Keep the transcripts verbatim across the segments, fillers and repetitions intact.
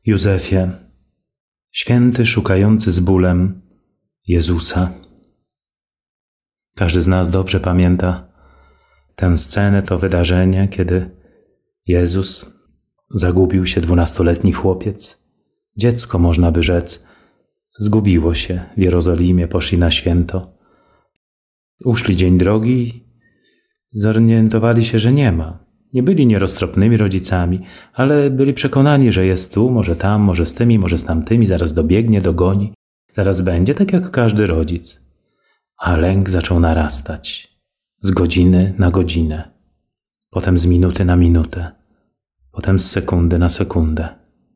Józefie, święty szukający z bólem Jezusa. Każdy z nas dobrze pamięta tę scenę, to wydarzenie, kiedy Jezus, zagubił się dwunastoletni chłopiec, dziecko można by rzec, zgubiło się w Jerozolimie, poszli na święto. Uszli dzień drogi, zorientowali się, że nie ma. Nie byli nieroztropnymi rodzicami, ale byli przekonani, że jest tu, może tam, może z tymi, może z tamtymi, zaraz dobiegnie, dogoni, zaraz będzie, tak jak każdy rodzic. A lęk zaczął narastać z godziny na godzinę, potem z minuty na minutę, potem z sekundy na sekundę.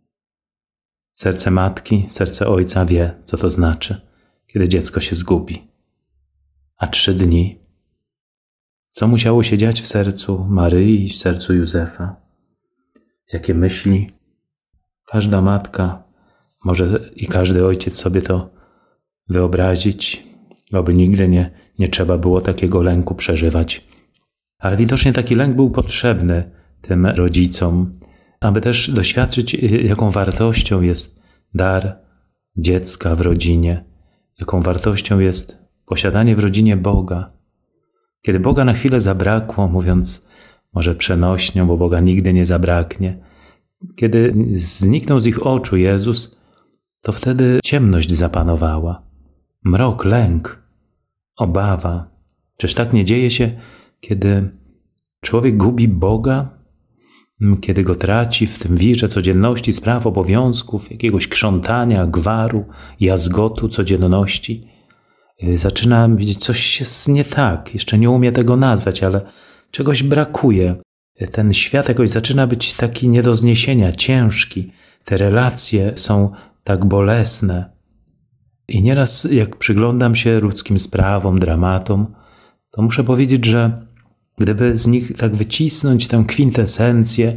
Serce matki, serce ojca wie, co to znaczy, kiedy dziecko się zgubi. A trzy dni. Co musiało się dziać w sercu Maryi i w sercu Józefa? Jakie myśli? Każda matka, może i każdy ojciec sobie to wyobrazić, aby nigdy nie, nie trzeba było takiego lęku przeżywać. Ale widocznie taki lęk był potrzebny tym rodzicom, aby też doświadczyć, jaką wartością jest dar dziecka w rodzinie, jaką wartością jest posiadanie w rodzinie Boga. Kiedy Boga na chwilę zabrakło, mówiąc może przenośnią, bo Boga nigdy nie zabraknie, kiedy zniknął z ich oczu Jezus, to wtedy ciemność zapanowała, mrok, lęk, obawa. Czyż tak nie dzieje się, kiedy człowiek gubi Boga, kiedy go traci w tym wirze codzienności, spraw, obowiązków, jakiegoś krzątania, gwaru, jazgotu codzienności? Zaczyna widzieć, coś jest nie tak, jeszcze nie umie tego nazwać, ale czegoś brakuje. Ten świat jakoś zaczyna być taki nie do zniesienia, ciężki. Te relacje są tak bolesne. I nieraz jak przyglądam się ludzkim sprawom, dramatom, to muszę powiedzieć, że gdyby z nich tak wycisnąć tę kwintesencję,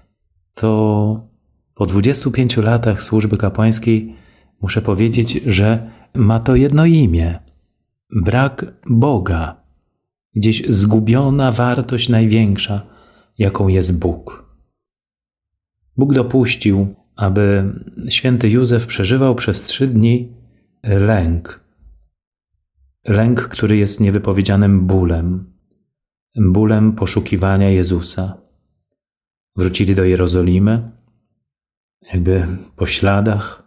to po dwudziestu pięciu latach służby kapłańskiej muszę powiedzieć, że ma to jedno imię. Brak Boga. Gdzieś zgubiona wartość największa, jaką jest Bóg. Bóg dopuścił, aby święty Józef przeżywał przez trzy dni lęk. Lęk, który jest niewypowiedzianym bólem. Bólem poszukiwania Jezusa. Wrócili do Jerozolimy, jakby po śladach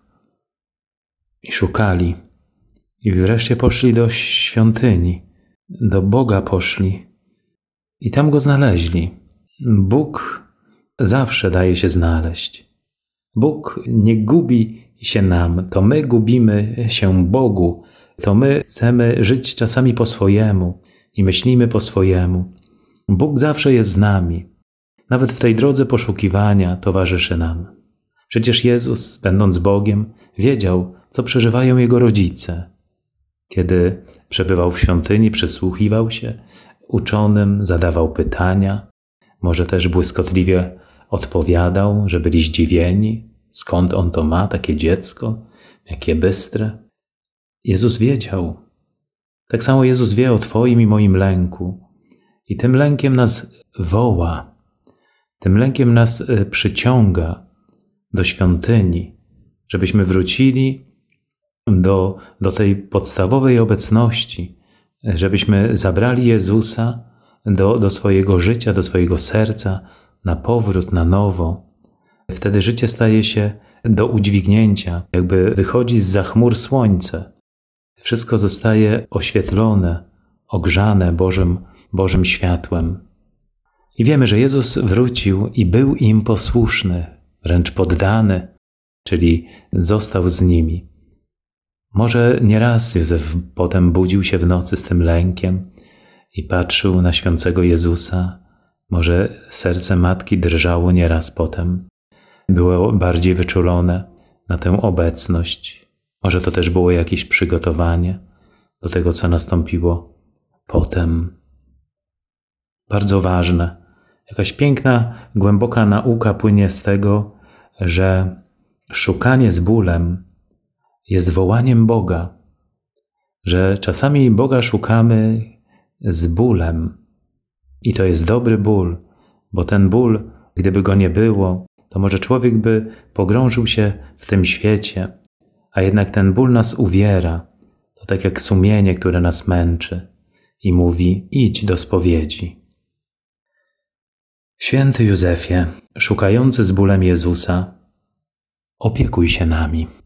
i szukali. I wreszcie poszli do świątyni, do Boga poszli i tam Go znaleźli. Bóg zawsze daje się znaleźć. Bóg nie gubi się nam, to my gubimy się Bogu, to my chcemy żyć czasami po swojemu i myślimy po swojemu. Bóg zawsze jest z nami. Nawet w tej drodze poszukiwania towarzyszy nam. Przecież Jezus, będąc Bogiem, wiedział, co przeżywają Jego rodzice. Kiedy przebywał w świątyni, przysłuchiwał się uczonym, zadawał pytania, może też błyskotliwie odpowiadał, że byli zdziwieni, skąd on to ma, takie dziecko, jakie bystre. Jezus wiedział. Tak samo Jezus wie o Twoim i moim lęku. I tym lękiem nas woła, tym lękiem nas przyciąga do świątyni, żebyśmy wrócili do, do tej podstawowej obecności, żebyśmy zabrali Jezusa do, do swojego życia, do swojego serca, na powrót, na nowo. Wtedy życie staje się do udźwignięcia, jakby wychodzi zza chmur słońce. Wszystko zostaje oświetlone, ogrzane Bożym, Bożym światłem. I wiemy, że Jezus wrócił i był im posłuszny, wręcz poddany, czyli został z nimi. Może nieraz Józef potem budził się w nocy z tym lękiem i patrzył na śpiącego Jezusa. Może serce matki drżało nieraz potem. Było bardziej wyczulone na tę obecność. Może to też było jakieś przygotowanie do tego, co nastąpiło potem. Bardzo ważne. Jakaś piękna, głęboka nauka płynie z tego, że szukanie z bólem jest wołaniem Boga, że czasami Boga szukamy z bólem i to jest dobry ból, bo ten ból, gdyby go nie było, to może człowiek by pogrążył się w tym świecie, a jednak ten ból nas uwiera. To tak jak sumienie, które nas męczy i mówi: idź do spowiedzi. Święty Józefie, szukający z bólem Jezusa, opiekuj się nami.